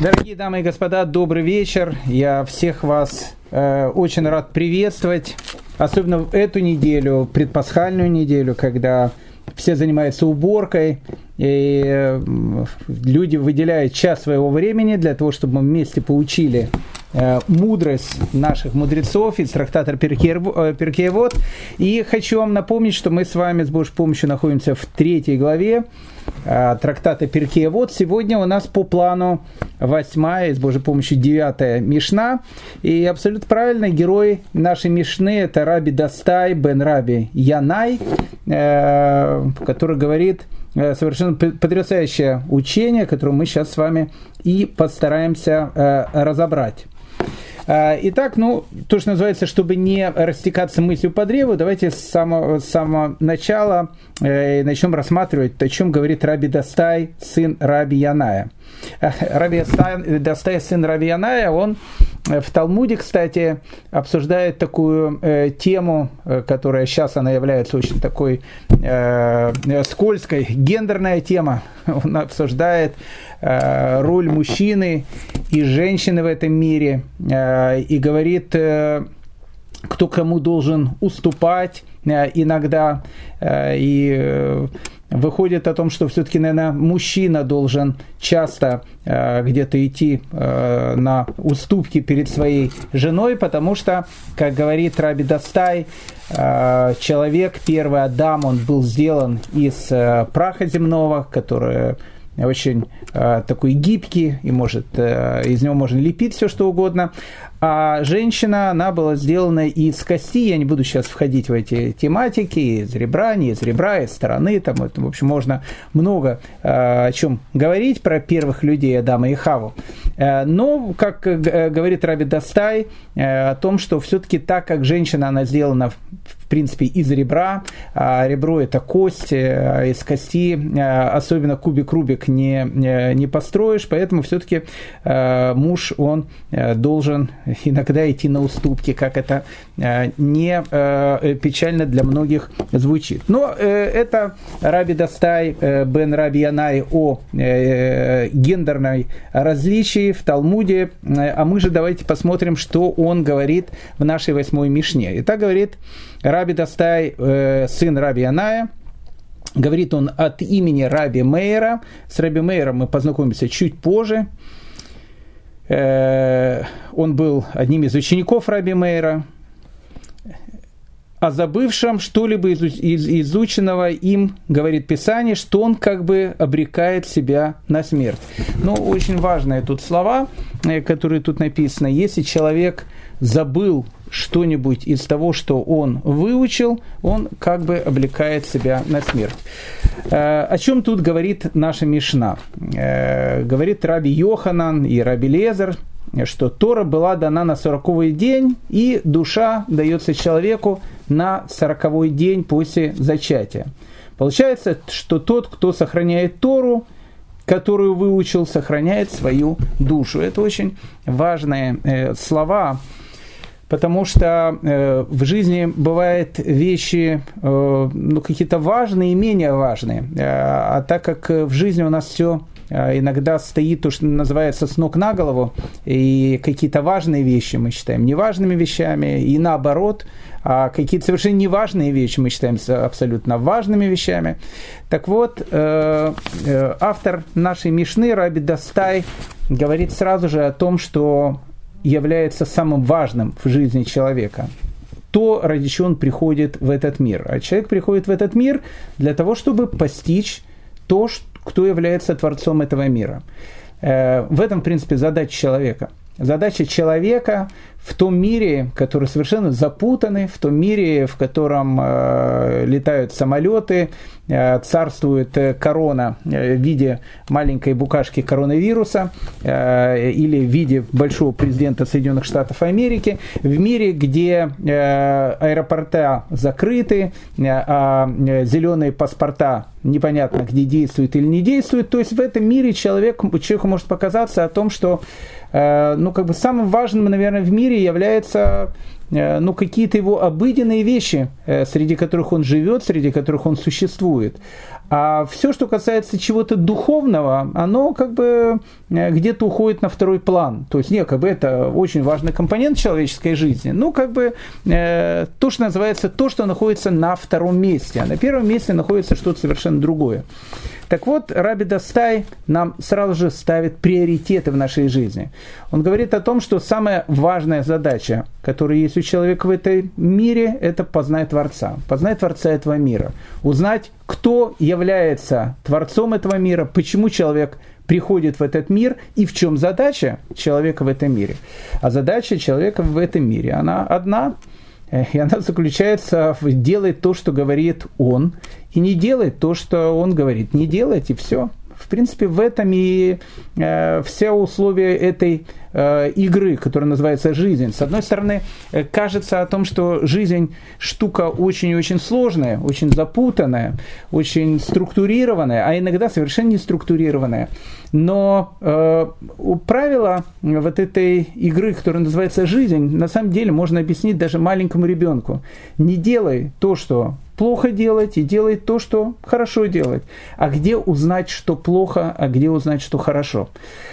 Дорогие дамы и господа, добрый вечер. Я всех вас очень рад приветствовать, особенно в эту неделю, предпасхальную неделю, когда все занимаются уборкой, и люди выделяют час своего времени для того, чтобы мы вместе поучили мудрость наших мудрецов из трактата Перкей Авот. И хочу вам напомнить, что мы с вами с Божьей помощью находимся в 3 главе трактата Перкей Авот. Сегодня у нас по плану 8, с Божьей помощью 9 Мишна. И абсолютно правильно, герой нашей Мишны – это Раби Дастай бен Раби Янай, который говорит совершенно потрясающее учение, которое мы сейчас с вами и постараемся разобрать. Итак, то, что называется, чтобы не растекаться мыслью по древу, давайте с самого начала начнем рассматривать, о чем говорит Раби Дастай, сын Раби Яная. Раби Дастай, сын Раби Яная, он в Талмуде, кстати, обсуждает такую тему, которая сейчас она является очень такой скользкой, гендерная тема. Он обсуждает роль мужчины и женщины в этом мире и говорит, кто кому должен уступать иногда, и выходит о том, что все-таки, наверное, мужчина должен часто где-то идти на уступки перед своей женой, потому что, как говорит Раби Дастай, человек, первый Адам, он был сделан из праха земного, который очень такой гибкий, и из него можно лепить все, что угодно. А женщина, она была сделана из кости. Я не буду сейчас входить в эти тематики, из ребра, не из ребра, из стороны. Там, в общем, можно много о чем говорить про первых людей, Адама и Хаву. Но, как говорит Раби Дастай, о том, что все-таки так, как женщина, она сделана в принципе из ребра, а ребро это кость, из кости особенно кубик-рубик не построишь, поэтому все-таки муж, он должен иногда идти на уступки, как это не печально для многих звучит. Но это Раби Дастай бен Раби Янай о гендерной различии в Талмуде, а мы же давайте посмотрим, что он говорит в нашей 8 Мишне. Итак, говорит Раби Дастай, сын Раби Яная, говорит он от имени Раби Меира. С Раби Меиром мы познакомимся чуть позже. Он был одним из учеников Раби Меира. О забывшем что-либо из изученного им, говорит Писание, что он как бы обрекает себя на смерть. Но очень важные тут слова, которые тут написаны. Если человек забыл что-нибудь из того, что он выучил, он как бы обрекает себя на смерть. О чем тут говорит наша Мишна? Говорит Раби Йоханан и Раби Лезер, что Тора была дана на 40-й день, и душа дается человеку на 40-й день после зачатия. Получается, что тот, кто сохраняет Тору, которую выучил, сохраняет свою душу. Это очень важные слова, потому что в жизни бывают вещи какие-то важные и менее важные. А так как в жизни у нас все иногда стоит то, что называется с ног на голову, и какие-то важные вещи мы считаем неважными вещами, и наоборот, а какие-то совершенно неважные вещи мы считаем абсолютно важными вещами. Так вот, автор нашей Мишны, Раби Дастай, говорит сразу же о том, что является самым важным в жизни человека. То, ради чего он приходит в этот мир. А человек приходит в этот мир для того, чтобы постичь то, кто является творцом этого мира. В этом, в принципе, задача человека. Задача человека в том мире, который совершенно запутанный, в том мире, в котором летают самолеты, царствует корона в виде маленькой букашки коронавируса или в виде большого президента Соединенных Штатов Америки, в мире, где аэропорта закрыты, а зеленые паспорта непонятно, где действуют или не действуют. То есть в этом мире человеку может показаться о том, что самым важным, наверное, в мире является какие-то его обыденные вещи, среди которых он живет, среди которых он существует. А все, что касается чего-то духовного, оно где-то уходит на второй план. То есть, это очень важный компонент человеческой жизни. То, что называется, то, что находится на втором месте. А на первом месте находится что-то совершенно другое. Так вот, Раби Дастай нам сразу же ставит приоритеты в нашей жизни. Он говорит о том, что самая важная задача, которая есть у человека в этом мире, это познать Творца. Познать Творца этого мира. Узнать, кто является Творцом этого мира, почему человек приходит в этот мир и в чем задача человека в этом мире. А задача человека в этом мире, она одна. И она заключается в делать то, что говорит он, и не делать то, что он говорит. Не делать, и все. В принципе, в этом и все условия этой игры, которая называется жизнь. С одной стороны, кажется о том, что жизнь штука очень-очень сложная, очень запутанная, очень структурированная, а иногда совершенно не структурированная. Но правила вот этой игры, которая называется жизнь, на самом деле можно объяснить даже маленькому ребенку. Не делай то, что плохо делать, и делай то, что хорошо делать. А где узнать, что плохо, а где узнать, что хорошо?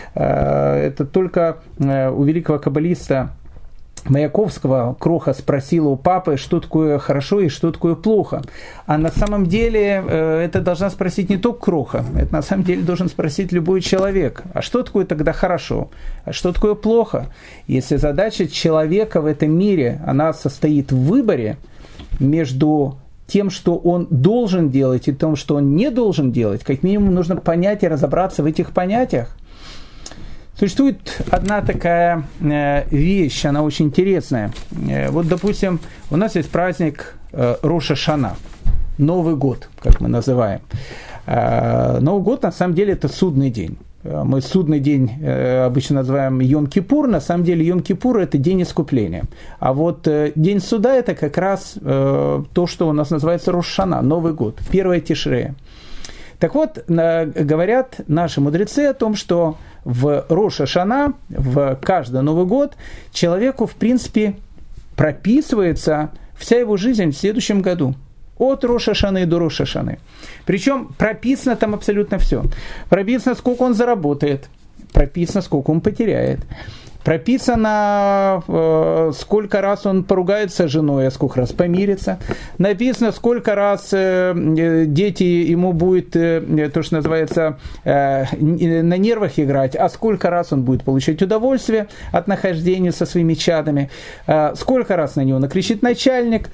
Это только у великого каббалиста Маяковского Кроха спросил у папы, что такое хорошо и что такое плохо. А на самом деле это должна спросить не только Кроха, это на самом деле должен спросить любой человек. А что такое тогда хорошо? А что такое плохо? Если задача человека в этом мире, она состоит в выборе между тем, что он должен делать, и тем, что он не должен делать, как минимум нужно понять и разобраться в этих понятиях. Существует одна такая вещь, она очень интересная. Вот, допустим, у нас есть праздник Рош ха-Шана, Новый год, как мы называем. Новый год, на самом деле, это судный день. Мы судный день обычно называем Йом-Кипур, на самом деле Йом-Кипур – это день искупления. А вот день суда – это как раз то, что у нас называется Рош ха-Шана, Новый год, 1 Тишрея. Так вот, говорят наши мудрецы о том, что в Рош ха-Шана, в каждый Новый год, человеку, в принципе, прописывается вся его жизнь в следующем году. От Рош ха-Шаны до Рош ха-Шаны. Причем прописано там абсолютно все. Прописано, сколько он заработает. Прописано, сколько он потеряет. Прописано, сколько раз он поругается с женой, а сколько раз помирится. Написано, сколько раз дети ему будет, то, что называется, на нервах играть, а сколько раз он будет получать удовольствие от нахождения со своими чадами, сколько раз на него накричит начальник,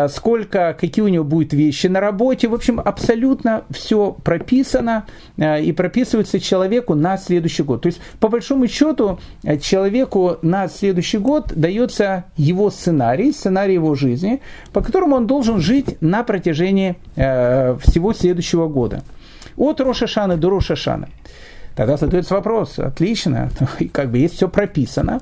какие у него будут вещи на работе. В общем, абсолютно все прописано и прописывается человеку на следующий год. То есть, по большому счету, человеку на следующий год дается его сценарий его жизни, по которому он должен жить на протяжении всего следующего года. От Рош ха-Шаны до Рош ха-Шаны. Тогда задается вопрос, отлично, есть все прописано,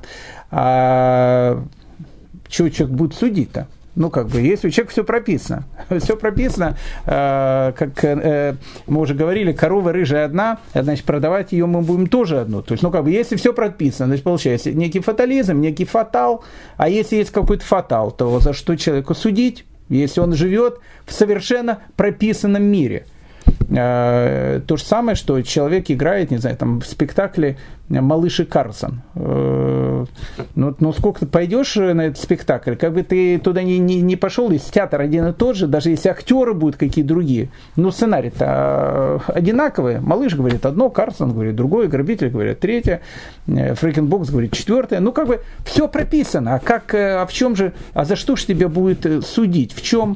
а что человек будет судить-то? Если у человека все прописано. Все прописано, как мы уже говорили, корова рыжая одна, значит, продавать ее мы будем тоже одну. То есть, если все прописано, значит, получается некий фатализм, некий фатал, а если есть какой-то фатал, то за что человеку судить, если он живет в совершенно прописанном мире? То же самое, что человек играет, в спектакле «Малыш и Карлсон». Сколько ты пойдешь на этот спектакль, как бы ты туда не пошел, если театр один и тот же, даже если актеры будут какие-то другие, сценарий-то одинаковый. Малыш говорит одно, Карлсон говорит другое, грабитель говорит третье, Фрейкенбокс говорит четвертое. Все прописано. А в чем же, а за что же тебя будет судить? В чем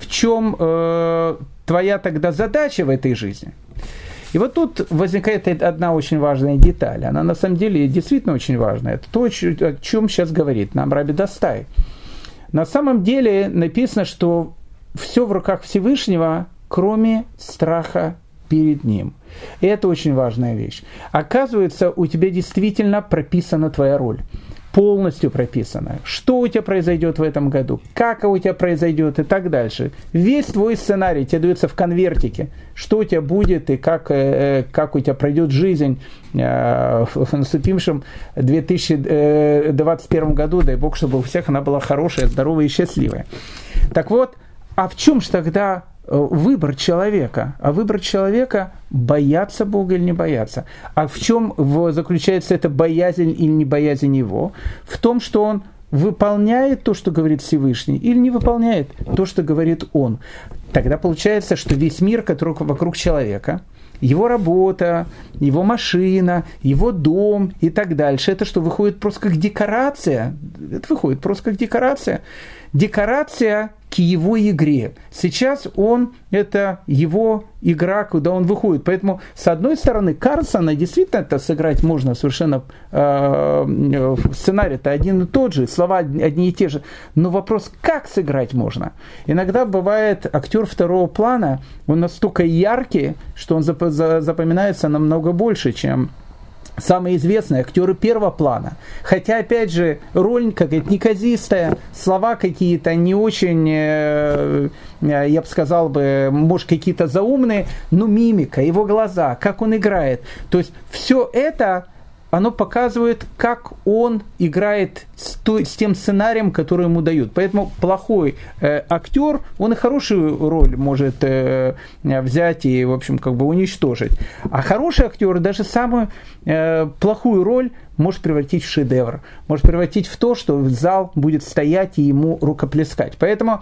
твоя тогда задача в этой жизни? И вот тут возникает одна очень важная деталь. Она на самом деле действительно очень важная. Это то, о чем сейчас говорит нам Раби Дастай. На самом деле написано, что все в руках Всевышнего, кроме страха перед Ним. И это очень важная вещь. Оказывается, у тебя действительно прописана твоя роль. полностью прописано, что у тебя произойдет в этом году, как у тебя произойдет и так дальше. Весь твой сценарий тебе дается в конвертике, что у тебя будет и как у тебя пройдет жизнь в наступившем 2021 году. Дай Бог, чтобы у всех она была хорошая, здоровая и счастливая. Так вот, а в чем же тогда выбор человека? А выбор человека – бояться Бога или не бояться. А в чем заключается эта боязнь или не боязнь Его? В том, что он выполняет то, что говорит Всевышний, или не выполняет то, что говорит Он. Тогда получается, что весь мир, который вокруг человека, его работа, его машина, его дом и так дальше, это что, выходит просто как декорация? Это выходит просто как декорация. Декорация к его игре. Сейчас это его игра, куда он выходит. Поэтому, с одной стороны, Карлсона действительно это сыграть можно совершенно, сценарий-то один и тот же, слова одни и те же. Но вопрос, как сыграть можно? Иногда бывает актер второго плана, он настолько яркий, что он запоминается намного больше, чем самые известные актеры первого плана. Хотя, опять же, роль какая-то неказистая, слова какие-то не очень, я бы сказал, может, какие-то заумные, но мимика, его глаза, как он играет. То есть, все это, оно показывает, как он играет с тем сценарием, который ему дают. Поэтому плохой актер, он и хорошую роль может взять и, в общем, как бы уничтожить. А хороший актер даже самую плохую роль может превратить в шедевр, может превратить в то, что зал будет стоять и ему рукоплескать. Поэтому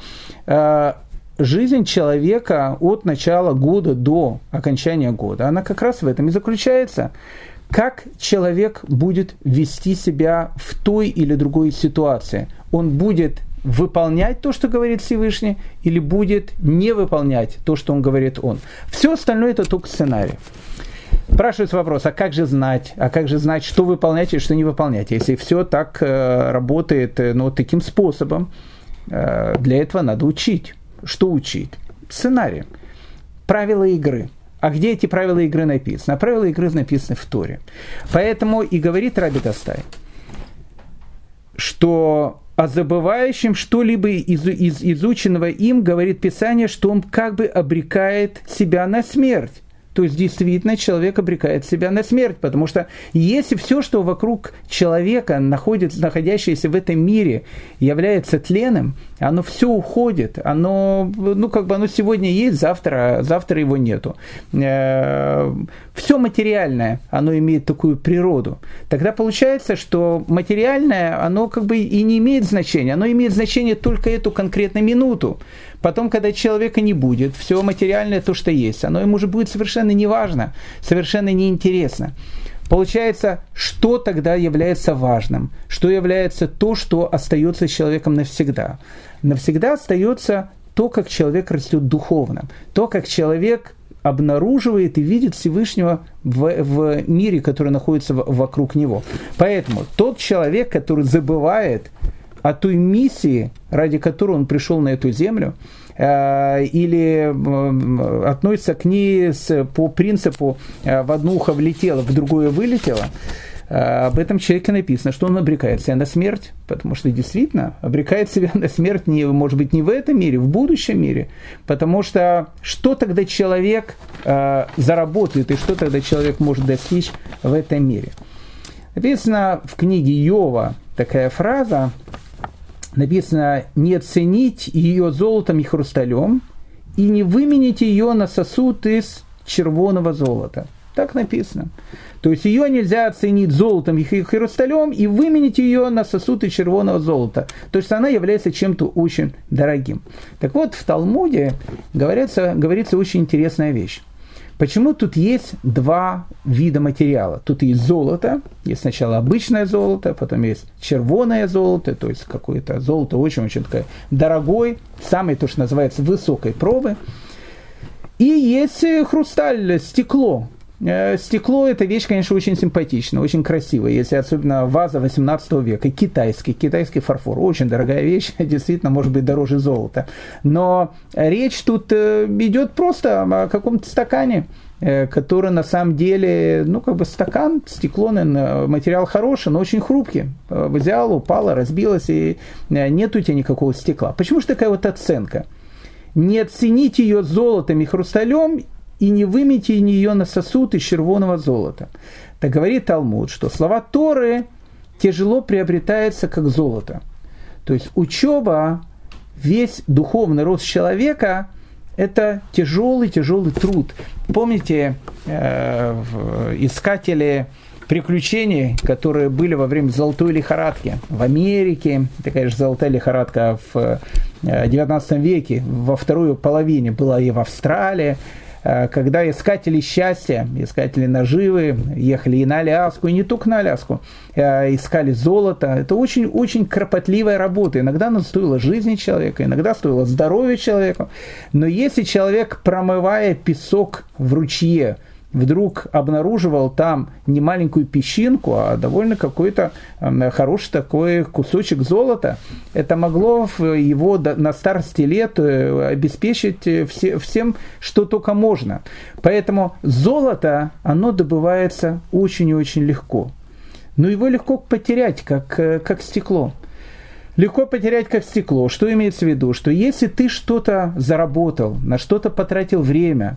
жизнь человека от начала года до окончания года, она как раз в этом и заключается. Как человек будет вести себя в той или другой ситуации? Он будет выполнять то, что говорит Всевышний, или будет не выполнять то, что он говорит он? Все остальное это только сценарий. Спрашивается вопрос, а как же знать, что выполнять и что не выполнять? Если все так работает, таким способом, для этого надо учить. Что учить? Сценарий, правила игры. А где эти правила игры написаны? А правила игры написаны в Торе. Поэтому и говорит Раби Дастай, что о забывающем что-либо из изученного им говорит Писание, что он как бы обрекает себя на смерть. То есть, действительно, человек обрекает себя на смерть, потому что если все, что вокруг человека, находящееся в этом мире, является тленом, оно все уходит, оно сегодня есть, завтра его нету. Все материальное, оно имеет такую природу. Тогда получается, что материальное, оно как бы и не имеет значения, оно имеет значение только эту конкретную минуту. Потом, когда человека не будет, все материальное, то, что есть, оно ему уже будет совершенно неважно, совершенно неинтересно. Получается, что тогда является важным? Что является то, что остается с человеком навсегда? Навсегда остается то, как человек растет духовно, то, как человек обнаруживает и видит Всевышнего в мире, который находится вокруг него. Поэтому тот человек, который забывает о той миссии, ради которой он пришел на эту землю, или относится к ней по принципу «в одно ухо влетело, в другое вылетело», об этом человеке написано, что он обрекает себя на смерть, потому что действительно обрекает себя на смерть, может быть, не в этом мире, в будущем мире, потому что тогда человек заработает и что тогда человек может достичь в этом мире. Написано в книге Иова такая фраза, написано «не оценить ее золотом и хрусталем и не выменить ее на сосуд из червоного золота». Так написано. То есть ее нельзя оценить золотом и хрусталем и выменить ее на сосуд из червоного золота. То есть она является чем-то очень дорогим. Так вот, в Талмуде говорится очень интересная вещь. Почему тут есть два вида материала? Тут есть золото, есть сначала обычное золото, потом есть червоное золото, то есть какое-то золото очень-очень такое дорогое, самое то, что называется высокой пробы. И есть хрусталь, стекло. Стекло – это вещь, конечно, очень симпатичная, очень красивая, если особенно ваза 18 века, китайский фарфор, очень дорогая вещь, действительно, может быть, дороже золота. Но речь тут идет просто о каком-то стакане, который на самом деле, стакан, стекло, материал хороший, но очень хрупкий. Взял, упало, разбилось, и нет у тебя никакого стекла. Почему же такая вот оценка? Не оцените ее золотом и хрусталем, и не вымейте ее на сосуд из червоного золота. Так говорит Талмуд, что слова Торы тяжело приобретаются, как золото. То есть учеба, весь духовный рост человека – это тяжелый труд. Помните искатели приключений, которые были во время золотой лихорадки в Америке, такая же золотая лихорадка в XIX веке, во второй половине была и в Австралии, когда искатели счастья, искатели наживы ехали и на Аляску, и не только на Аляску, искали золото. Это очень-очень кропотливая работа. Иногда она стоила жизни человека, иногда стоила здоровья человека. Но если человек, промывая песок в ручье, вдруг обнаруживал там не маленькую песчинку, а довольно какой-то хороший такой кусочек золота, это могло его на старости лет обеспечить всем, что только можно. Поэтому золото, оно добывается очень и очень легко. Но его легко потерять, как стекло. Легко потерять, как стекло. Что имеется в виду? Что если ты что-то заработал, на что-то потратил время,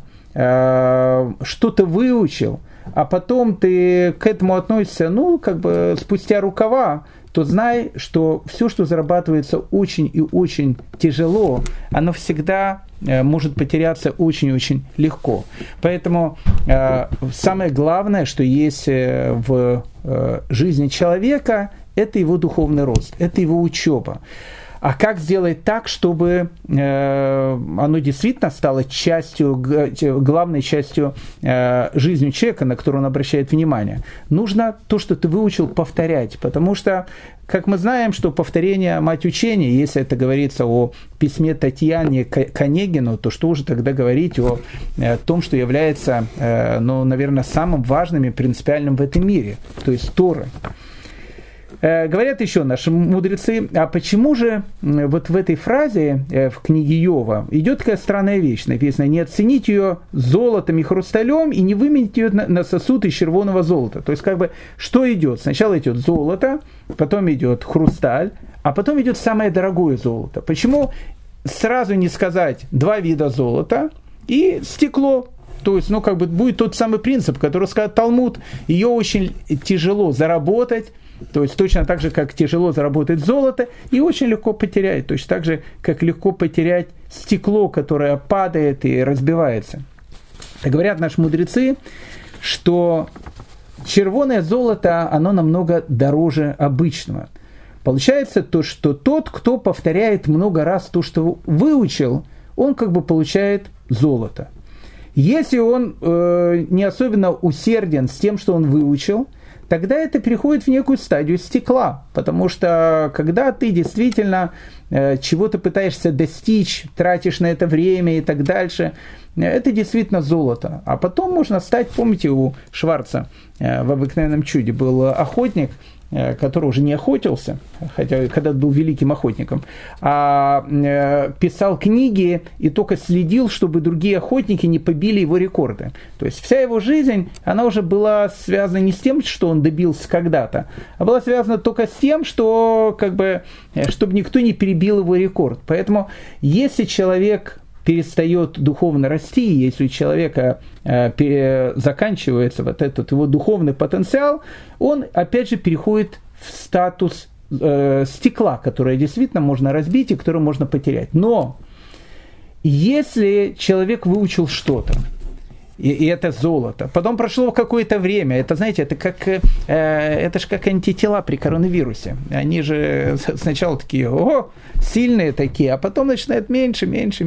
что-то выучил, а потом ты к этому относишься, спустя рукава, то знай, что все, что зарабатывается очень и очень тяжело, оно всегда может потеряться очень-очень легко. Поэтому самое главное, что есть в жизни человека, это его духовный рост, это его учеба. А как сделать так, чтобы оно действительно стало главной частью жизни человека, на которую он обращает внимание? Нужно то, что ты выучил, повторять, потому что, как мы знаем, что повторение – мать учения, если это говорится о письме Татьяне к Онегину, то что уже тогда говорить о том, что является, наверное, самым важным и принципиальным в этом мире, то есть Торы. Говорят еще наши мудрецы, а почему же вот в этой фразе в книге Иова идет такая странная вещь, написано: не оцените ее золотом и хрусталем и не вымените ее на сосуд из червоного золота. То есть что идет? Сначала идет золото, потом идет хрусталь, а потом идет самое дорогое золото. Почему сразу не сказать два вида золота и стекло? То есть, будет тот самый принцип, который сказал Талмуд, ее очень тяжело заработать. То есть точно так же, как тяжело заработать золото, и очень легко потерять. Точно так же, как легко потерять стекло, которое падает и разбивается. Говорят наши мудрецы, что червоное золото, оно намного дороже обычного. Получается то, что тот, кто повторяет много раз то, что выучил, он получает золото. Если он не особенно усерден с тем, что он выучил, тогда это переходит в некую стадию стекла, потому что когда ты действительно чего-то пытаешься достичь, тратишь на это время и так дальше, это действительно золото. А потом можно стать, помните, у Шварца в «Обыкновенном чуде» был охотник, который уже не охотился, хотя когда был великим охотником, а писал книги и только следил, чтобы другие охотники не побили его рекорды. То есть вся его жизнь, она уже была связана не с тем, что он добился когда-то, а была связана только с тем, что чтобы никто не перебил его рекорд. Поэтому если человек перестает духовно расти, если у человека заканчивается вот этот его духовный потенциал, он опять же переходит в статус стекла, которое действительно можно разбить и которое можно потерять. Но если человек выучил что-то, и это золото. Потом прошло какое-то время. Это, знаете, это же как антитела при коронавирусе. Они же сначала такие, сильные такие, а потом начинают меньше.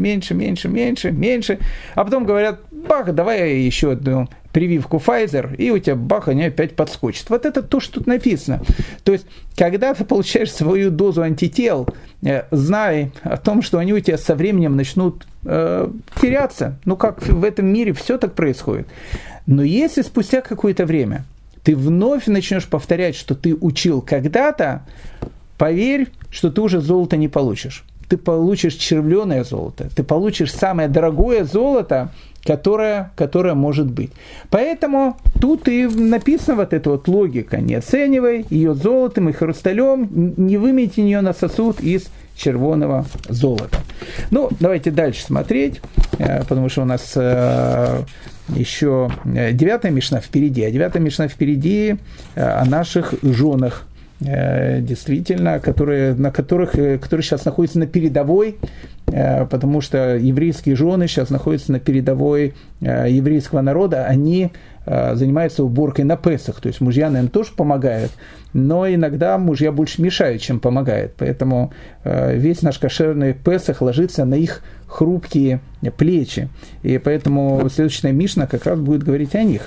А потом говорят, бах, давай еще одну прививку Pfizer, и у тебя, бах, они опять подскочат. Вот это то, что тут написано. То есть, когда ты получаешь свою дозу антител, знай о том, что они у тебя со временем начнут теряться. Как в этом мире все так происходит. Но если спустя какое-то время ты вновь начнешь повторять, что ты учил когда-то, поверь, что ты уже золото не получишь. ты получишь червленое золото, ты получишь самое дорогое золото, которое может быть. Поэтому тут и написана вот эта вот логика: не оценивай ее золотом и хрусталем, не выменяйте ее на сосуд из червоного золота. Ну, давайте дальше смотреть, потому что у нас еще 9-я мишна впереди, а 9-я мишна впереди о наших женах, действительно, которые сейчас находятся на передовой, потому что еврейские жены сейчас находятся на передовой еврейского народа, они занимаются уборкой на Песах, то есть мужья, наверное, тоже помогают, но иногда мужья больше мешают, чем помогают, поэтому весь наш кошерный Песах ложится на их хрупкие плечи, и поэтому следующая мишна как раз будет говорить о них.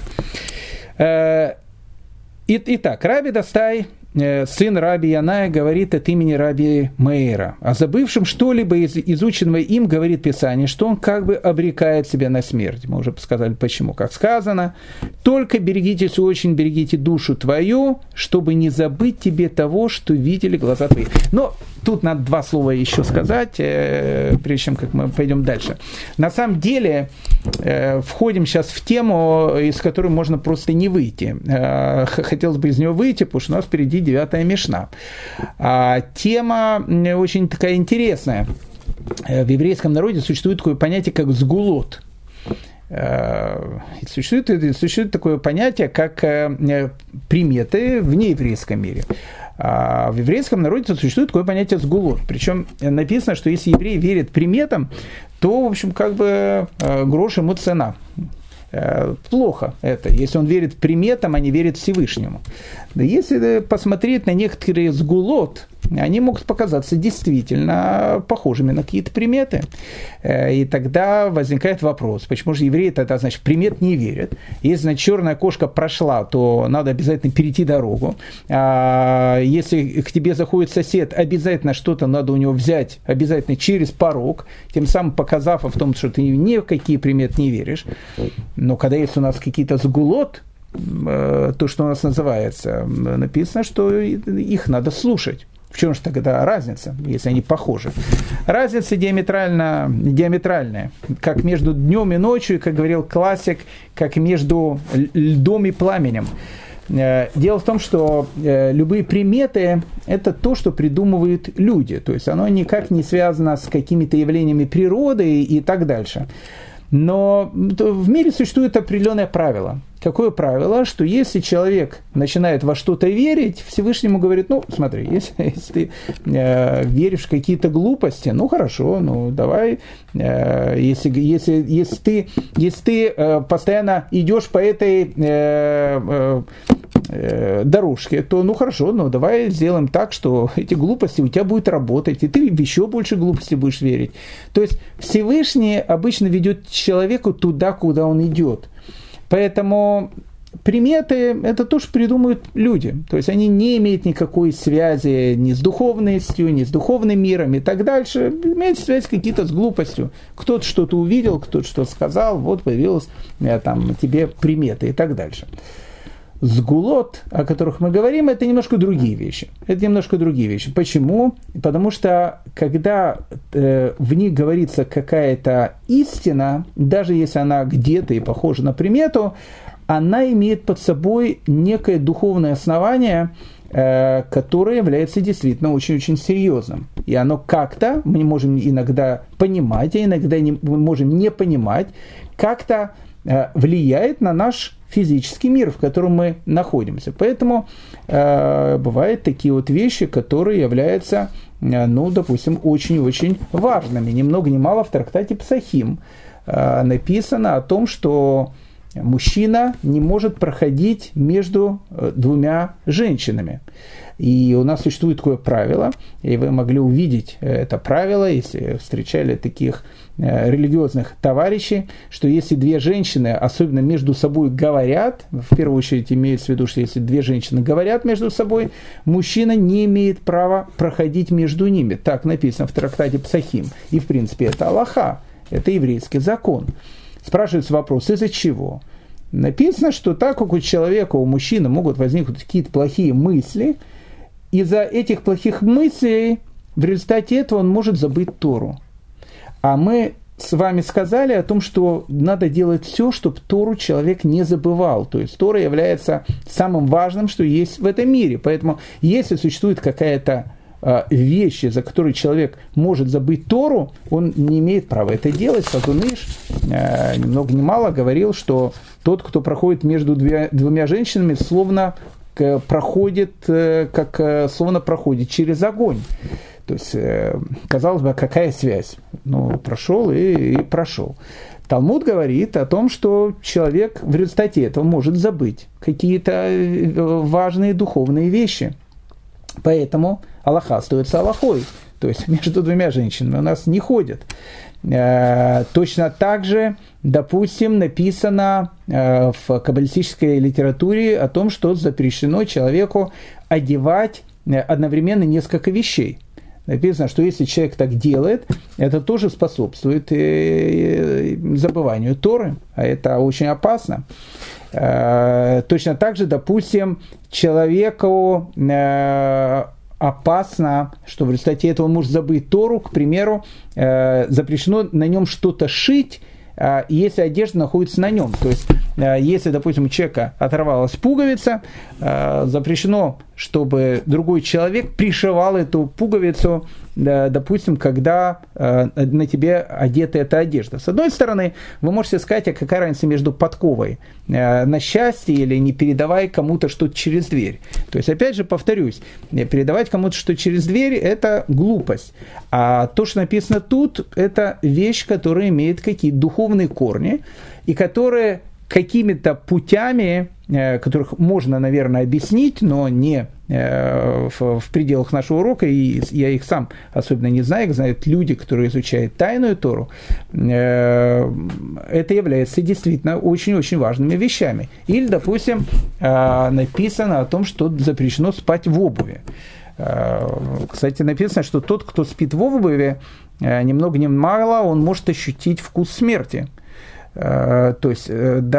Итак, Раби Дастай, сын Раби Яная, говорит от имени Раби Меира. О забывшем что-либо из изученного им говорит Писание, что он как бы обрекает себя на смерть. Мы уже сказали, почему. Как сказано: «Только берегитесь, очень берегите душу твою, чтобы не забыть тебе того, что видели глаза твои». Но тут надо два слова еще сказать, прежде чем как мы пойдем дальше. На самом деле, входим сейчас в тему, из которой можно просто не выйти. Хотелось бы из нее выйти, потому что у нас впереди 9-я мишна. Тема очень такая интересная. В еврейском народе существует такое понятие, как сгулот. Существует такое понятие, как приметы в нееврейском мире. А в еврейском народе существует такое понятие сгулот. Причем написано, что если еврей верит приметам, то, в общем, как бы грош ему цена. Плохо это, если он верит приметам, а не верит Всевышнему. Да если посмотреть на некоторые сгулот, они могут показаться действительно похожими на какие-то приметы. И тогда возникает вопрос, почему же евреи тогда, значит, в примет не верят? Если, значит, черная кошка прошла, то надо обязательно перейти дорогу. Если к тебе заходит сосед, обязательно что-то надо у него взять, обязательно через порог, тем самым показав о том, что ты ни в какие приметы не веришь. Но когда есть у нас какие-то сгулот, то, что у нас называется, написано, что их надо слушать. В чем же тогда разница, если они похожи? Разница диаметральная, как между днем и ночью, как говорил классик, как между льдом и пламенем. Дело в том, что любые приметы – это то, что придумывают люди, то есть оно никак не связано с какими-то явлениями природы и так дальше. Но в мире существует определенное правило. Какое правило? Что если человек начинает во что-то верить, Всевышнему говорит: ну, смотри, если ты веришь в какие-то глупости, ну, хорошо, ну, давай, если ты постоянно идешь по этой дорожке, то, ну, хорошо, ну, давай сделаем так, что эти глупости у тебя будут работать, и ты в еще больше глупостей будешь верить. То есть Всевышний обычно ведет человека туда, куда он идет. Поэтому приметы – это то, что придумывают люди. То есть они не имеют никакой связи ни с духовностью, ни с духовным миром и так дальше. Имеют связь какие-то с глупостью. Кто-то что-то увидел, кто-то что-то сказал, вот появилась там тебе приметы и так дальше. Сгулот, о которых мы говорим, это немножко другие вещи. Почему? Потому что когда в них говорится какая-то истина, даже если она где-то и похожа на примету, она имеет под собой некое духовное основание, которое является действительно очень-очень серьезным. И оно как-то, мы можем иногда понимать, а иногда мы можем не понимать, как-то влияет на наш физический мир, в котором мы находимся. Поэтому бывают такие вот вещи, которые являются, ну, допустим, очень-очень важными. Ни много ни мало в трактате Псахим написано о том, что мужчина не может проходить между двумя женщинами. И у нас существует такое правило, и вы могли увидеть это правило, если встречали таких религиозных товарищей, что если две женщины, особенно между собой, говорят, в первую очередь имеется в виду, что если две женщины говорят между собой, мужчина не имеет права проходить между ними. Так написано в трактате Псахим. И в принципе это алаха, это еврейский закон. Спрашивается вопрос, из-за чего? Написано, что так как у человека, у мужчины могут возникнуть какие-то плохие мысли, из-за этих плохих мыслей в результате этого он может забыть Тору. А мы с вами сказали о том, что надо делать все, чтобы Тору человек не забывал. То есть Тора является самым важным, что есть в этом мире. Поэтому если существует какая-то вещь, за которой человек может забыть Тору, он не имеет права это делать. Хазон Иш ни много ни мало говорил, что тот, кто проходит между двумя женщинами, словно проходит через огонь. То есть, казалось бы, какая связь? Ну, прошел и прошел. Талмуд говорит о том, что человек в результате этого может забыть какие-то важные духовные вещи. Поэтому алаха остается алахой. То есть, между двумя женщинами у нас не ходят. Точно так же, допустим, написано в каббалистической литературе о том, что запрещено человеку одевать одновременно несколько вещей. Написано, что если человек так делает, это тоже способствует забыванию Торы, а это очень опасно. Точно так же, допустим, человеку опасно, что в результате этого он может забыть Тору, к примеру, запрещено на нем что-то шить, если одежда находится на нем. То есть, если, допустим, у человека оторвалась пуговица, запрещено, чтобы другой человек пришивал эту пуговицу, допустим, когда на тебе одета эта одежда. С одной стороны, вы можете сказать, а какая разница между подковой на счастье или не передавай кому-то что-то через дверь. То есть, опять же, повторюсь, передавать кому-то что-то через дверь – это глупость. А то, что написано тут, это вещь, которая имеет какие-то духовные корни, и которые какими-то путями, которых можно, наверное, объяснить, но не в пределах нашего урока, и я их сам особенно не знаю, их знают люди, которые изучают тайную Тору, это является действительно очень-очень важными вещами. Или, допустим, написано о том, что запрещено спать в обуви. Кстати, написано, что тот, кто спит в обуви, ни много ни мало, он может ощутить вкус смерти. То есть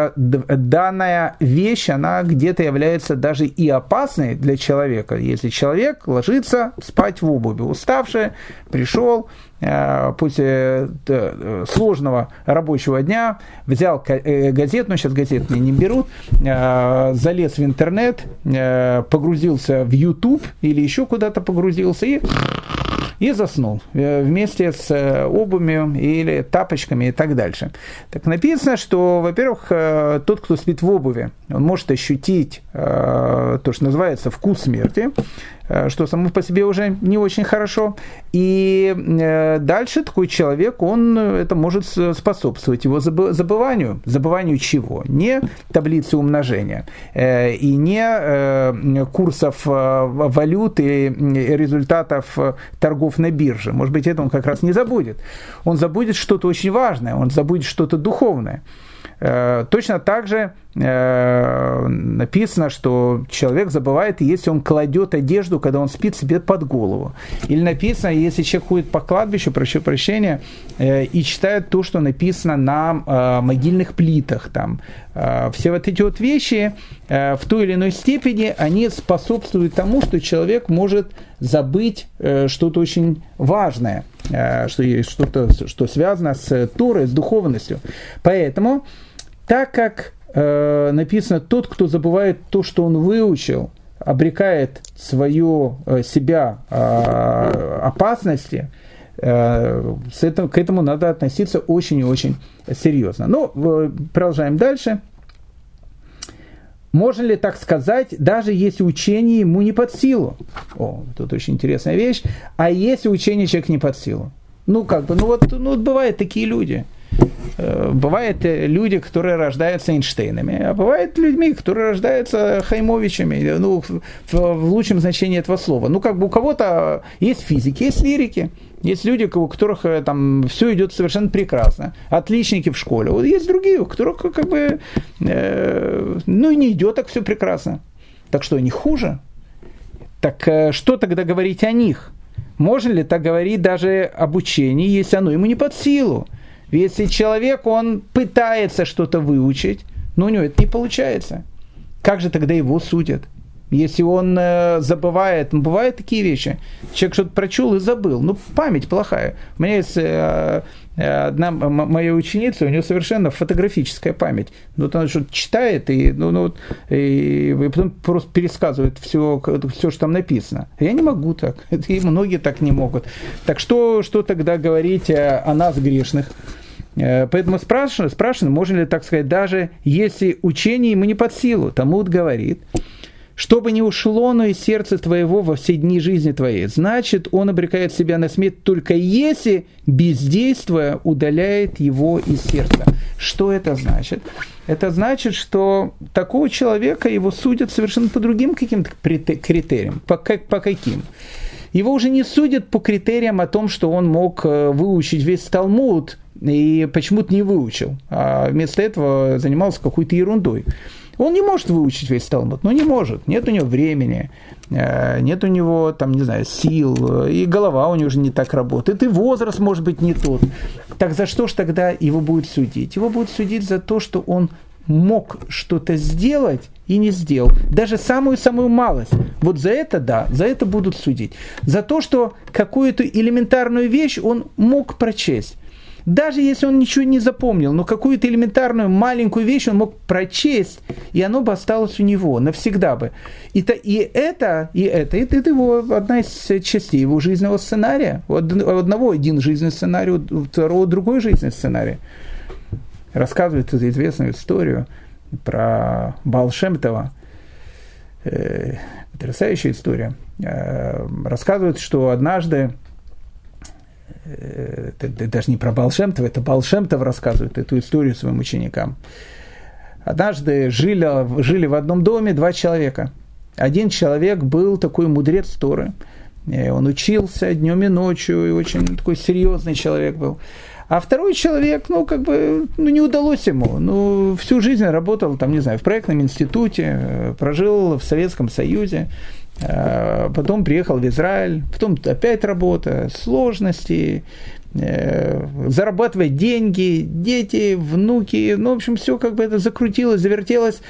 данная вещь, она где-то является даже и опасной для человека. Если человек ложится спать в обуви, уставший, пришел после сложного рабочего дня, взял газету, но сейчас газет мне не берут, залез в интернет, погрузился в YouTube или еще куда-то погрузился и заснул вместе с обувью или тапочками и так дальше. Так написано, что, во-первых, тот, кто спит в обуви, он может ощутить то, что называется вкус смерти, что само по себе уже не очень хорошо. И дальше такой человек, это может способствовать его забыванию. Забыванию чего? Не таблицы умножения и не курсов валют и результатов торгов на бирже. Может быть, это он как раз не забудет. Он забудет что-то очень важное, он забудет что-то духовное. Точно так же написано, что человек забывает, если он кладет одежду, когда он спит, себе под голову. Или написано, если человек ходит по кладбищу, прошу прощения, и читает то, что написано на могильных плитах. Там. Все вот эти вот вещи в той или иной степени, они способствуют тому, что человек может забыть что-то очень важное, что есть что-то, что связано с Торой, с духовностью. Поэтому, так как написано, тот, кто забывает то, что он выучил, обрекает себя опасности, к этому надо относиться очень и очень серьезно. Но продолжаем дальше. Можно ли так сказать, даже если учение ему не под силу? Тут очень интересная вещь. А если учение человек не под силу? Вот бывают такие люди. Бывают люди, которые рождаются Эйнштейнами, а бывают людьми, которые рождаются Хаймовичами, в лучшем значении этого слова. У кого-то есть физики, есть лирики, есть люди, у которых там все идет совершенно прекрасно, отличники в школе. Вот есть другие, у которых не идет так все прекрасно. Так что, они хуже? Так что тогда говорить о них? Можно ли так говорить даже об учении, если оно ему не под силу? Если человек, он пытается что-то выучить, но у него это не получается. Как же тогда его судят? если он забывает, бывают такие вещи. Человек что-то прочел и забыл. Память плохая. У меня есть одна моя ученица, у нее совершенно фотографическая память. Она что-то читает и потом просто пересказывает все, что там написано. Я не могу так. И многие так не могут. Так что тогда говорить о нас, грешных? Поэтому спрашиваем, можно ли так сказать, даже если учение ему не под силу. Талмуд говорит, чтобы не ушло оно из сердца твоего во все дни жизни твоей. Значит, он обрекает себя на смерть только если, бездействуя, удаляет его из сердца. Что это значит? Это значит, что такого человека его судят совершенно по другим каким-то критериям. По каким? Его уже не судят по критериям о том, что он мог выучить весь Талмуд и почему-то не выучил, а вместо этого занимался какой-то ерундой. Он не может выучить весь Талмуд, не может. Нет у него времени, нет у него, сил, и голова у него уже не так работает, и возраст, может быть, не тот. Так за что ж тогда его будут судить? Его будут судить за то, что он мог что-то сделать и не сделал. Даже самую-самую малость. Вот за это, за это будут судить. За то, что какую-то элементарную вещь он мог прочесть. Даже если он ничего не запомнил, но какую-то элементарную маленькую вещь он мог прочесть, и оно бы осталось у него навсегда бы. Это его одна из частей его жизненного сценария. У одного один жизненный сценарий, у второго другой жизненный сценарий. Рассказывает известную историю про Баал Шем Това. Потрясающая история. Рассказывает, что однажды, это даже не про Баал Шем Това, это Баал Шем Това рассказывает эту историю своим ученикам. Однажды жили в одном доме два человека. Один человек был такой мудрец Торы. Он учился днем и ночью, и очень такой серьезный человек был. А второй человек, не удалось ему. Всю жизнь работал, в проектном институте, прожил в Советском Союзе, потом приехал в Израиль, потом опять работа, сложности, зарабатывать деньги, дети, внуки, в общем, все это закрутилось, завертелось.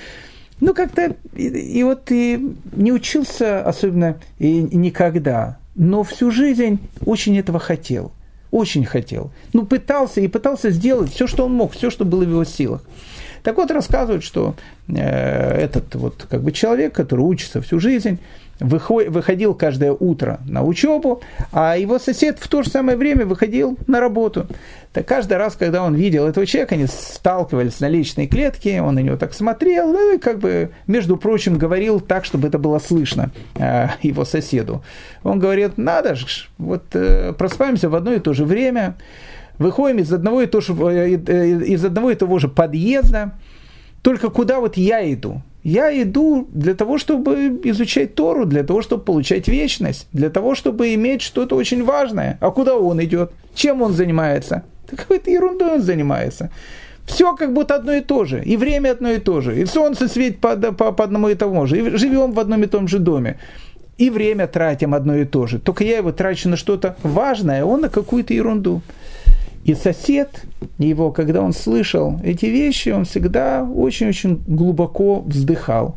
И не учился особенно и никогда, но всю жизнь очень этого хотел. Очень хотел. Пытался сделать все, что он мог, все, что было в его силах. Так вот, рассказывают, что этот человек, который учится всю жизнь, выходил каждое утро на учебу, а его сосед в то же самое время выходил на работу. Так каждый раз, когда он видел этого человека, они сталкивались на личной клетке, он на него так смотрел, между прочим, говорил так, чтобы это было слышно его соседу. Он говорит, надо же, просыпаемся в одно и то же время, выходим из одного и того же подъезда, только куда я иду? Я иду для того, чтобы изучать Тору, для того, чтобы получать вечность, для того, чтобы иметь что-то очень важное. А куда он идет? Чем он занимается? Да какой-то ерундой он занимается. Все как будто одно и то же. И время одно и то же. И солнце светит по одному и тому же. И живем в одном и том же доме. И время тратим одно и то же. Только я его трачу на что-то важное, а он на какую-то ерунду. И сосед его, когда он слышал эти вещи, он всегда очень-очень глубоко вздыхал.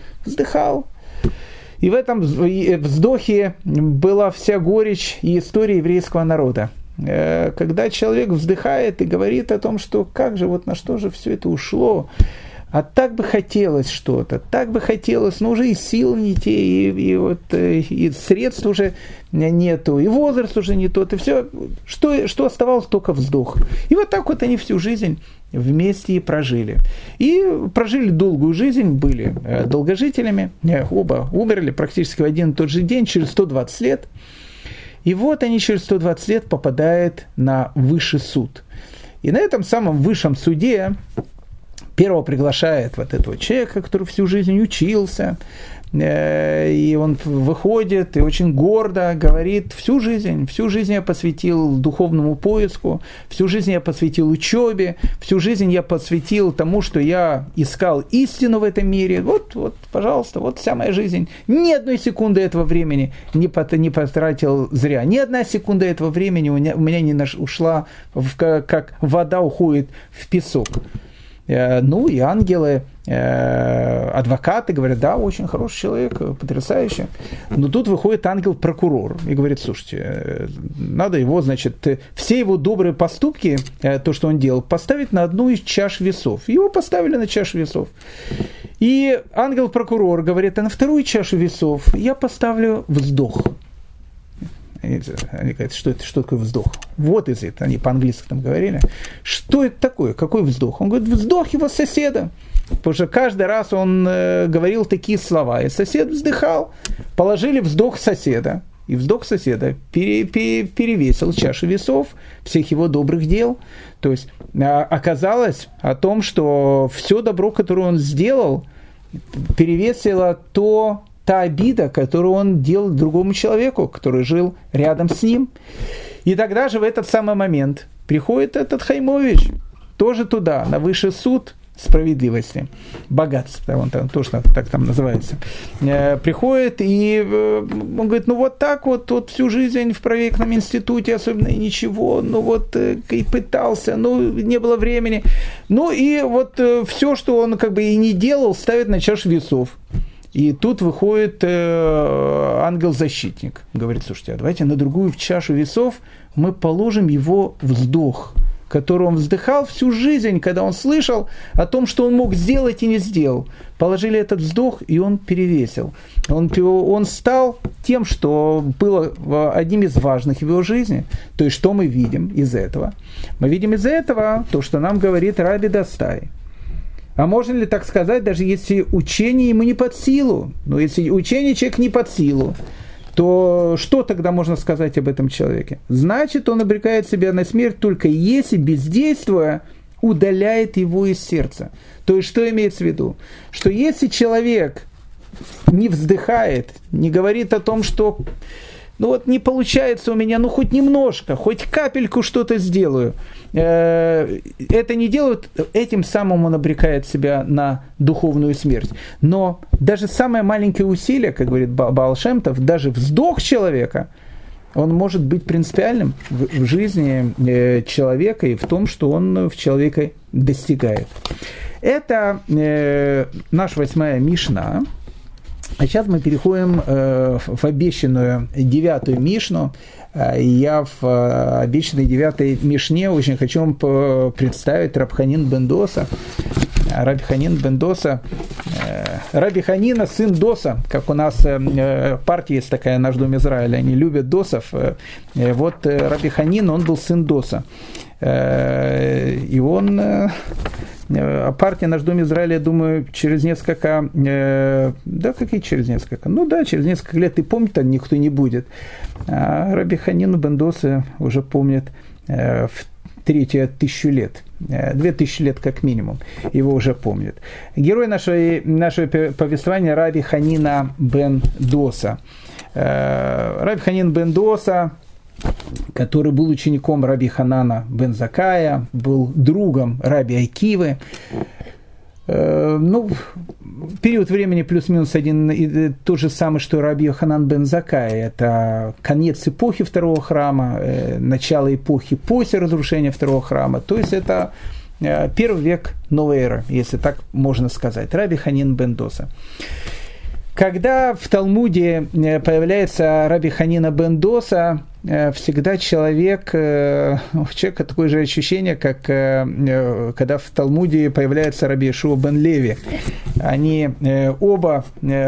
И в этом вздохе была вся горечь и история еврейского народа. Когда человек вздыхает и говорит о том, что как же, на что же все это ушло, а так бы хотелось что-то, но уже и сил не те, и средств уже нету, и возраст уже не тот, и все, что оставалось, только вздох. И так они всю жизнь вместе и прожили. И прожили долгую жизнь, были долгожителями, оба умерли практически в один и тот же день, через 120 лет. И они через 120 лет попадают на высший суд. И на этом самом высшем суде первого приглашает этого человека, который всю жизнь учился, и он выходит и очень гордо говорит, всю жизнь я посвятил духовному поиску, всю жизнь я посвятил учебе, всю жизнь я посвятил тому, что я искал истину в этом мире, пожалуйста, вся моя жизнь, ни одной секунды этого времени не потратил зря, ни одна секунда этого времени у меня не ушла, как вода уходит в песок. Ну и ангелы, адвокаты говорят, да, очень хороший человек, потрясающий. Но тут выходит ангел-прокурор и говорит, слушайте, надо его, значит, все его добрые поступки, то, что он делал, поставить на одну из чаш весов. Его поставили на чашу весов. И ангел-прокурор говорит, а на вторую чашу весов я поставлю вздох. Они говорят, что такое вздох? Вот из этого, они по-английски там говорили. Что это такое? Какой вздох? Он говорит, вздох его соседа. Потому что каждый раз он говорил такие слова, и сосед вздыхал. Положили вздох соседа, и вздох соседа перевесил чашу весов всех его добрых дел. То есть оказалось о том, что все добро, которое он сделал, перевесило та обида, которую он делал другому человеку, который жил рядом с ним. И тогда же в этот самый момент приходит этот Хаймович тоже туда, на высший суд справедливости, богатства, он там тоже так там называется, приходит и он говорит, ну вот так вот всю жизнь в проектном институте особенно и ничего, ну вот и пытался, ну не было времени, ну и вот все, что он как бы и не делал, ставит на чашу весов. И тут выходит ангел-защитник, говорит, слушайте, а давайте на другую чашу весов мы положим его вздох, который он вздыхал всю жизнь, когда он слышал о том, что он мог сделать и не сделал. Положили этот вздох, и он перевесил. Он стал тем, что было одним из важных в его жизни. То есть, что мы видим из этого? Мы видим из этого то, что нам говорит Раби Дастай. А можно ли так сказать, даже если учение ему не под силу? Но если учение человек не под силу, то что тогда можно сказать об этом человеке? Значит, он обрекает себя на смерть только если, бездействуя, удаляет его из сердца. То есть, что имеется в виду? Что если человек не вздыхает, не говорит о том, что ну вот не получается у меня, ну хоть немножко, хоть капельку что-то сделаю, это не делают, этим самым он обрекает себя на духовную смерть. Но даже самое маленькое усилие, как говорит Баал Шем Тов, даже вздох человека, он может быть принципиальным в жизни человека и в том, что он в человеке достигает. Это наша 8-я Мишна. А сейчас мы переходим в обещанную 9-ю Мишну. Я в обещанной 9-й Мишне очень хочу вам представить Раби Ханин бен Доса. Раби Ханин бен Доса, Раби Ханина, сын Доса, как у нас партия есть такая, наш Дом Израиля, они любят Досов. Вот Раби Ханин, он был сын Доса. И он, партия «Наш Дом Израиля», я думаю, через несколько, да, какие через несколько? Ну да, через несколько лет и помнит никто не будет. А Раби Ханину бен Доса уже помнит в 1000 лет. 2000 лет как минимум, его уже помнят. Герой нашего повествования Раби Ханина бен Доса. Раби Ханин бен Доса, который был учеником Раби Ханана бен Заккая, был другом Раби Акивы. Ну, период времени плюс-минус один и тот же самый, что Раби Ханан бен Заккай. Это конец эпохи второго храма, начало эпохи после разрушения второго храма. То есть это первый век новой эры, если так можно сказать. Раби Ханин бен Доса. Когда в Талмуде появляется Раби Ханина бен Доса, всегда у человека такое же ощущение, как когда в Талмуде появляется Раби Йешуа бен Леви. Они оба,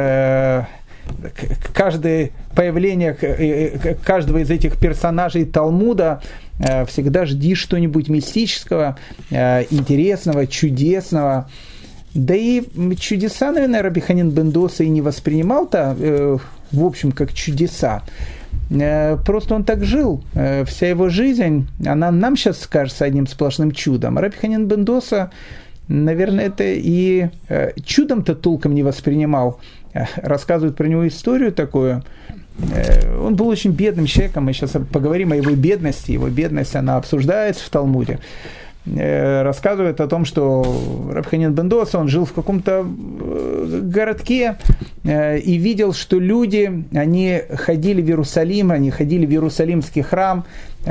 каждое появление каждого из этих персонажей Талмуда всегда жди что-нибудь мистического, интересного, чудесного. Да и чудеса, наверное, Раби Ханин бен Доса и не воспринимал-то, в общем, как чудеса. Просто он так жил. Вся его жизнь, она нам сейчас кажется одним сплошным чудом. А Раби Ханин бен Доса, наверное, это и чудом-то толком не воспринимал. Рассказывают про него историю такую. Он был очень бедным человеком. Мы сейчас поговорим о его бедности. Его бедность, она обсуждается в Талмуде. рассказывает о том, что Рабби Ханина бен Доса, он жил в каком-то городке и видел, что люди, они ходили в Иерусалим, они ходили в Иерусалимский храм, и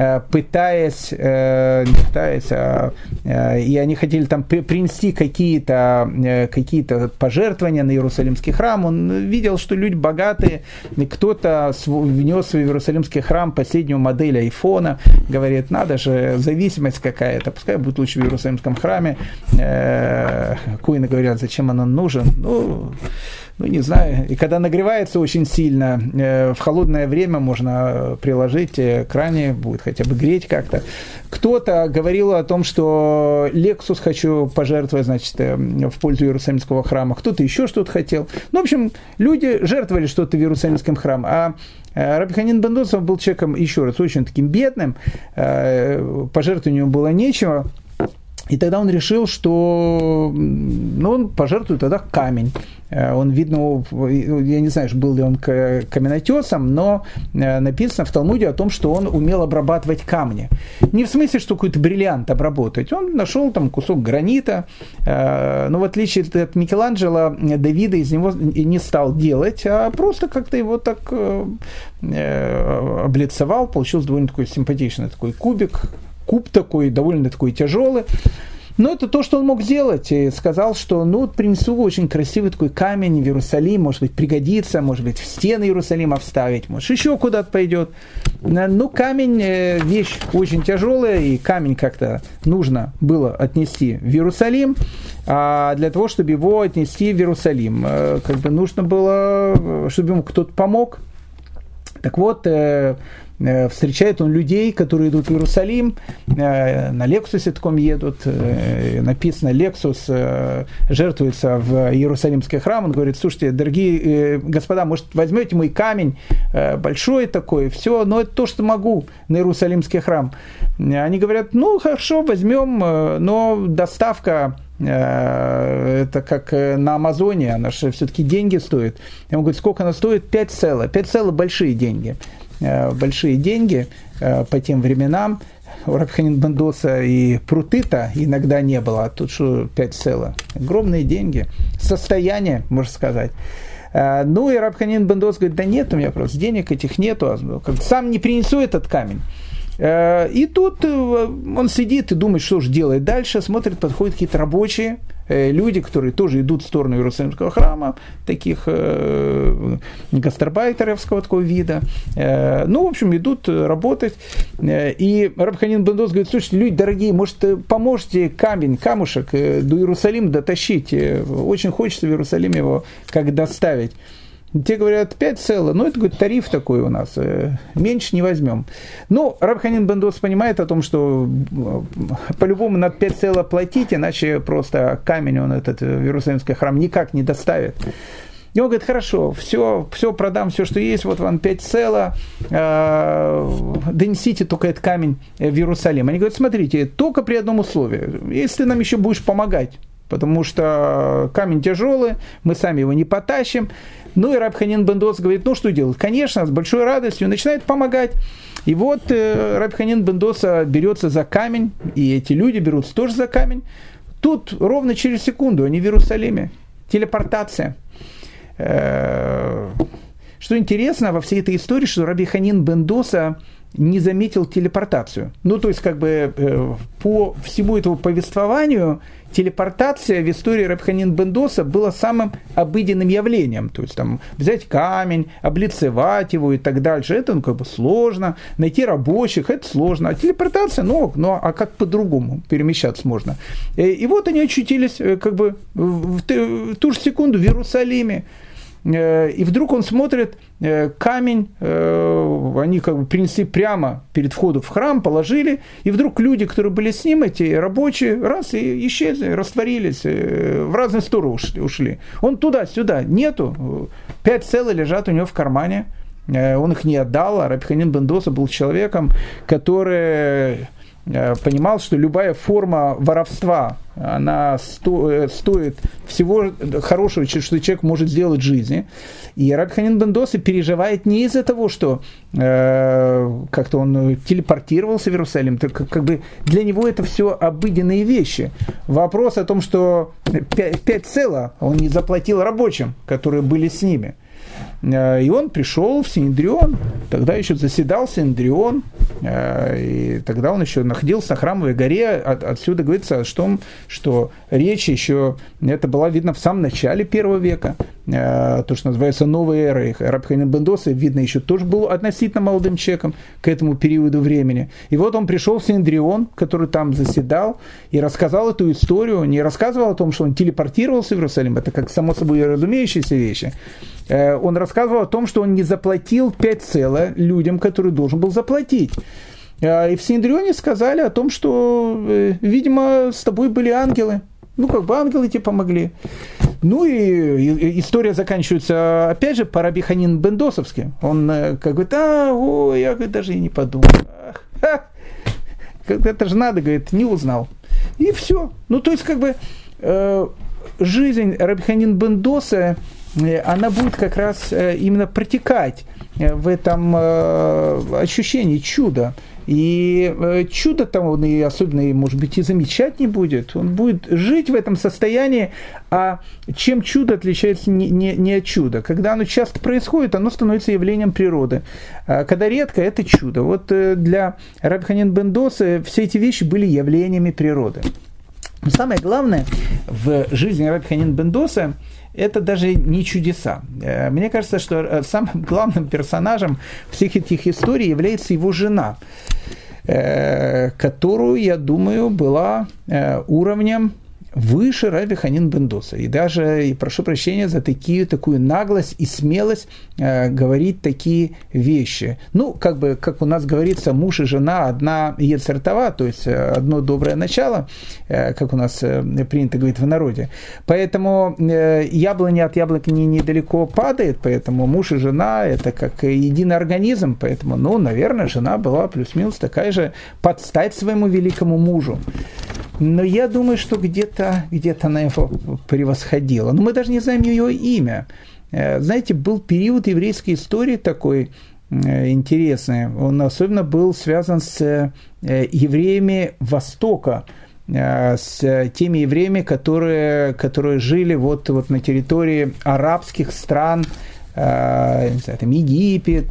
они хотели там принести какие-то пожертвования на Иерусалимский храм. Он видел, что люди богатые, кто-то внес в Иерусалимский храм последнюю модель айфона, говорит, надо же, зависимость какая-то, пускай будет лучше в Иерусалимском храме. Коины говорят, зачем он нужен? Ну, не знаю. И когда нагревается очень сильно, в холодное время можно приложить к ране, будет хотя бы греть как-то. Кто-то говорил о том, что Lexus хочу пожертвовать, значит, в пользу Иерусалимского храма. Кто-то еще что-то хотел. Ну, в общем, люди жертвовали что-то в Иерусалимском храме. А Рабби Ханина бен Доса был человеком, еще раз, очень таким бедным. Пожертвовать у него было нечего. И тогда он решил, что он пожертвует тогда камень. Он, видно, я не знаю, был ли он каменотесом, но написано в Талмуде о том, что он умел обрабатывать камни. Не в смысле, что какой-то бриллиант обработать. Он нашел там кусок гранита, но в отличие от Микеланджело, Давида из него не стал делать, а просто как-то его так облицевал. Получился довольно такой симпатичный такой куб такой, довольно такой тяжелый. Но это то, что он мог сделать. И сказал, что принесу очень красивый такой камень в Иерусалим, может быть, пригодится, может быть, в стены Иерусалима вставить, может, еще куда-то пойдет. Но камень – вещь очень тяжелая, и камень как-то нужно было отнести в Иерусалим. А для того, чтобы его отнести в Иерусалим, нужно было, чтобы ему кто-то помог. Так вот, встречает он людей, которые идут в Иерусалим, на Лексусе таком едут, написано, Лексус жертвуется в Иерусалимский храм, он говорит, слушайте, дорогие господа, может, возьмете мой камень, большой такой, все, но это то, что могу на Иерусалимский храм. Они говорят, хорошо, возьмем, но доставка, это как на Амазоне, она же все-таки деньги стоит. И он говорит, сколько она стоит? 5 цела. 5 цела большие деньги. Большие деньги по тем временам. У Рабби Ханина бен Доса и пруты-то иногда не было, а тут что 5 цела. Огромные деньги. Состояние, можно сказать. И Рабби Ханина бен Доса говорит, да нет у меня просто денег этих нету, сам не принесу этот камень. И тут он сидит и думает, что же делать дальше, смотрит, подходят какие-то рабочие, люди, которые тоже идут в сторону Иерусалимского храма, таких гастарбайтеровского такого вида. В общем, идут работать. И Рабби Ханина бен Доса говорит, слушайте, люди дорогие, может, поможете камушек до Иерусалима дотащить? Очень хочется в Иерусалим его как доставить. Те говорят, 5 цела, это, говорит, тариф такой у нас, меньше не возьмем. Рабби Ханина бен Доса понимает о том, что по-любому надо 5 цела платить, иначе просто камень он этот в Иерусалимский храм никак не доставит. И он говорит, хорошо, все продам, все, что есть, вот вам 5 цела, донесите только этот камень в Иерусалим. Они говорят, смотрите, только при одном условии, если ты нам еще будешь помогать, потому что камень тяжелый, мы сами его не потащим. И Рабби Ханина бен Доса говорит, что делать? Конечно, с большой радостью начинает помогать. И вот Рабби Ханина бен Доса берется за камень, и эти люди берутся тоже за камень. Тут ровно через секунду они в Иерусалиме. Телепортация. Что интересно во всей этой истории, что Рабби Ханина бен Доса не заметил телепортацию. По всему этому повествованию телепортация в истории Рабби Ханина бен Доса была самым обыденным явлением. То есть взять камень, облицевать его и так дальше, это сложно. Найти рабочих, это сложно. А телепортация, а как по-другому перемещаться можно? И вот они очутились в ту же секунду в Иерусалиме. И вдруг он смотрит, камень, они принесли прямо перед входом в храм, положили, и вдруг люди, которые были с ним, эти рабочие, раз и исчезли, растворились, в разные стороны ушли. Он туда-сюда, нету, 5 цел лежат у него в кармане, он их не отдал, а Рабби Ханина бен Доса был человеком, который понимал, что любая форма воровства, она стоит всего хорошего, что человек может сделать в жизни. И Раби Ханин бен Доса переживает не из-за того, что как-то он телепортировался в Иерусалим, как бы для него это все обыденные вещи. Вопрос о том, что 5 цела он не заплатил рабочим, которые были с ними. И он пришел в Синедрион, тогда еще заседал Синедрион, и тогда он еще находился на Храмовой горе. Отсюда говорится, что речь еще, это была видно в самом начале 1 века, то, что называется новой эрой. Раби Ханин бен Доса, видно, еще тоже был относительно молодым человеком к этому периоду времени. И вот он пришел в Синедрион, который там заседал, и рассказал эту историю, не рассказывал о том, что он телепортировался в Иерусалим, это как само собой разумеющиеся вещи. Он рассказывал о том, что он не заплатил 5 цела людям, которые должен был заплатить. И в Синедрионе сказали о том, что, видимо, с тобой были ангелы. Как бы ангелы тебе помогли. И история заканчивается, опять же, по Раби Ханин бен Досовски. Он как говорит, я даже и не подумал. Это же надо, говорит, не узнал. И все. То есть, как бы, жизнь Раби Ханин бен Доса, она будет как раз именно протекать в этом ощущении чуда. И чудо там он и особенно, может быть, и замечать не будет. Он будет жить в этом состоянии. А чем чудо отличается не от чуда? Когда оно часто происходит, оно становится явлением природы. А когда редко, это чудо. Вот для Раби Ханин бен Доса все эти вещи были явлениями природы. Но самое главное в жизни Раби Ханин бен Доса это даже не чудеса. Мне кажется, что самым главным персонажем всех этих историй является его жена, которую, я думаю, была уровнем выше Раби Ханин бен Доса. И даже, и прошу прощения за такую наглость и смелость говорить такие вещи. Как у нас говорится, муж и жена одна йецер това, то есть одно доброе начало, как у нас принято говорить в народе. Поэтому яблоня от яблони недалеко падает, поэтому муж и жена это как единый организм, поэтому, наверное, жена была плюс-минус такая же под стать своему великому мужу. Но я думаю, что где-то она его превосходила. Но мы даже не знаем ее имя. Знаете, был период еврейской истории такой интересный. Он особенно был связан с евреями Востока, с теми евреями, которые жили вот на территории арабских стран, не знаю, там Египет,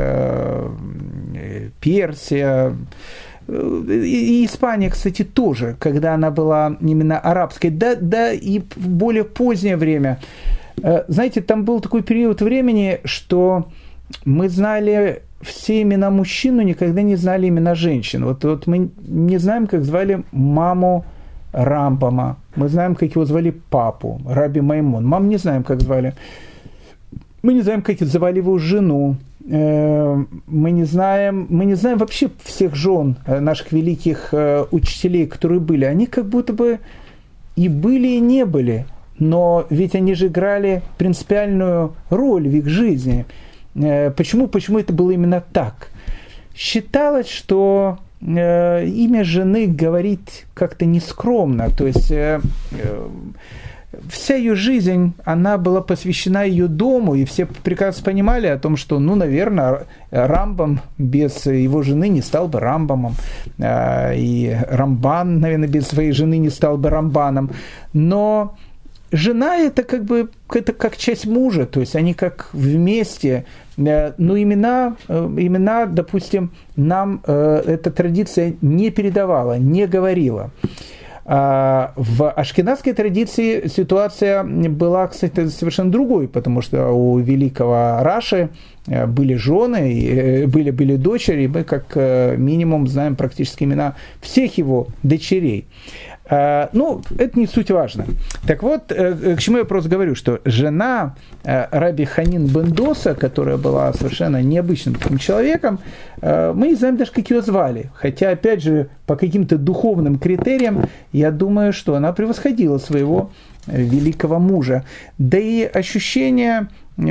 Персия. И Испания, кстати, тоже, когда она была именно арабской, да и в более позднее время. Знаете, там был такой период времени, что мы знали все имена мужчин, но никогда не знали имена женщин. Вот мы не знаем, как звали маму Рамбама, мы знаем, как его звали папу, Раби Маймон. Маму не знаем, как звали. Мы не знаем, как звали его жену. Мы не знаем вообще всех жен наших великих учителей, которые были. Они как будто бы и были, и не были. Но ведь они же играли принципиальную роль в их жизни. Почему это было именно так? Считалось, что имя жены говорит как-то нескромно. То есть вся ее жизнь, она была посвящена ее дому, и все прекрасно понимали о том, что, наверное, Рамбам без его жены не стал бы Рамбамом, и Рамбан, наверное, без своей жены не стал бы Рамбаном. Но жена это как часть мужа, то есть они как вместе. Но имена, допустим, нам эта традиция не передавала, не говорила. В ашкеназской традиции ситуация была, кстати, совершенно другой, потому что у великого Раши были жены, были дочери, и мы как минимум знаем практически имена всех его дочерей. Это не суть важно. Так вот, к чему я просто говорю, что жена Раби Ханин бен Доса, которая была совершенно необычным таким человеком, мы не знаем даже, как ее звали. Хотя, опять же, по каким-то духовным критериям, я думаю, что она превосходила своего великого мужа. Да и ощущение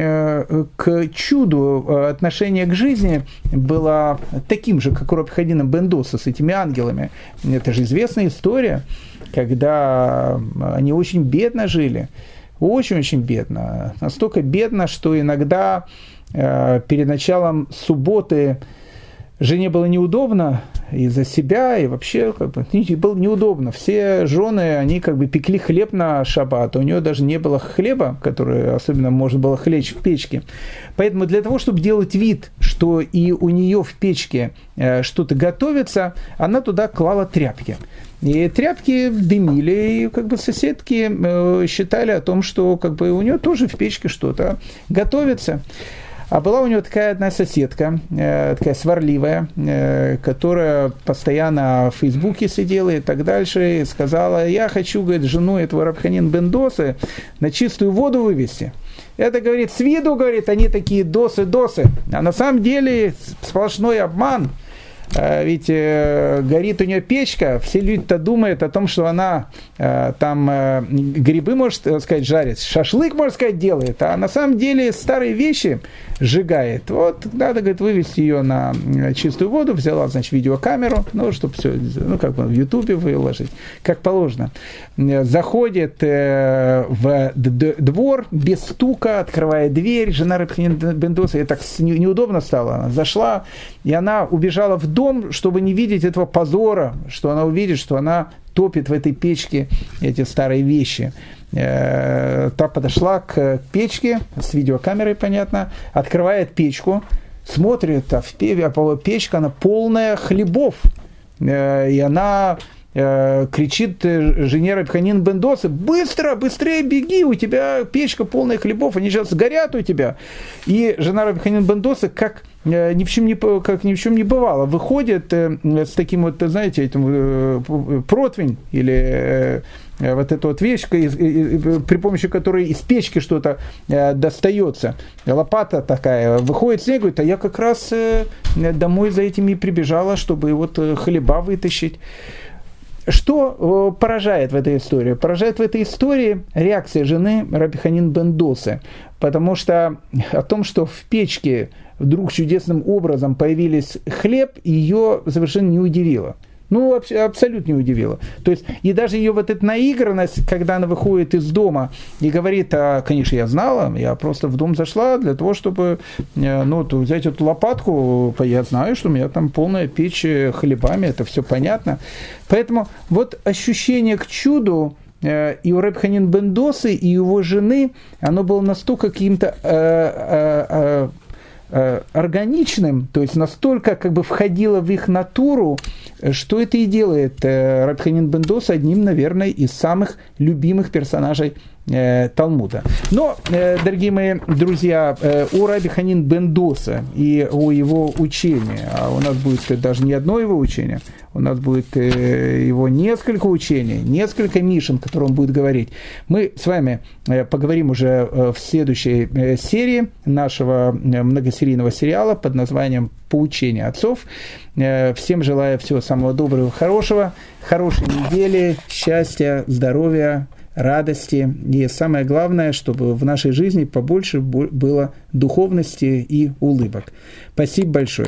к чуду, отношение к жизни было таким же, как у Раби Ханина бен Доса с этими ангелами. Это же известная история, когда они очень бедно жили, очень-очень бедно. Настолько бедно, что иногда перед началом субботы жене было неудобно из-за себя, и вообще было неудобно. Все жены, они пекли хлеб на шаббат, у нее даже не было хлеба, который особенно можно было хлечь в печке. Поэтому для того, чтобы делать вид, что и у нее в печке что-то готовится, она туда клала тряпки. И тряпки дымили, и соседки считали о том, что у нее тоже в печке что-то готовится. А была у него такая одна соседка, такая сварливая, которая постоянно в Фейсбуке сидела и так дальше, и сказала: я хочу, говорит, жену этого Раби Ханина бен Досы на чистую воду вывести. Это, говорит, с виду, говорит, они такие досы, а на самом деле сплошной обман. Ведь горит у нее печка, все люди-то думают о том, что она там грибы, можно сказать, жарит, шашлык, можно сказать, делает, а на самом деле старые вещи сжигает. Вот надо, говорит, вывести ее на чистую воду, взяла, значит, видеокамеру, чтобы все, в Ютубе выложить, как положено. Заходит в двор без стука, открывает дверь, жена Раби Ханина бен Доса, ей так неудобно стало, она зашла, и она убежала в дом, чтобы не видеть этого позора, что она увидит, что она топит в этой печке эти старые вещи. Та подошла к печке, с видеокамерой, понятно, открывает печку, смотрит, а печка, она полная хлебов. И она кричит жене Раби Ханина бен Досы: быстрее беги, у тебя печка полная хлебов, они сейчас сгорят у тебя. И жена Раби Ханина бен Досы, как ни в чем не бывало, выходит с таким знаете, этим противень или вот эта вот вещь, при помощи которой из печки что-то достается, лопата такая, выходит снег, говорит: а я как раз домой за этим и прибежала, чтобы вот хлеба вытащить. Что поражает в этой истории? Поражает в этой истории реакция жены Раби Ханина бен Досы, потому что о том, что в печке вдруг чудесным образом появились хлеб, ее совершенно не удивило. Абсолютно не удивило. То есть, и даже ее вот эта наигранность, когда она выходит из дома и говорит: конечно, я знала, я просто в дом зашла для того, чтобы взять эту лопатку, я знаю, что у меня там полная печь хлебами, это все понятно. Поэтому вот ощущение к чуду и у Раби Ханина бен Досы, и его жены, оно было настолько каким-то органичным, то есть настолько входило в их натуру, что это и делает Раби Ханина бен Доса одним, наверное, из самых любимых персонажей Талмуда. Но, дорогие мои друзья, о Раби Ханина бен Доса и о его учении, а у нас будет даже не одно его учение, у нас будет его несколько учений, несколько мишен, которые он будет говорить. Мы с вами поговорим уже в следующей серии нашего многосерийного сериала под названием «Поучение отцов». Всем желаю всего самого доброго, хорошего, хорошей недели, счастья, здоровья, радости. И самое главное, чтобы в нашей жизни побольше было духовности и улыбок. Спасибо большое.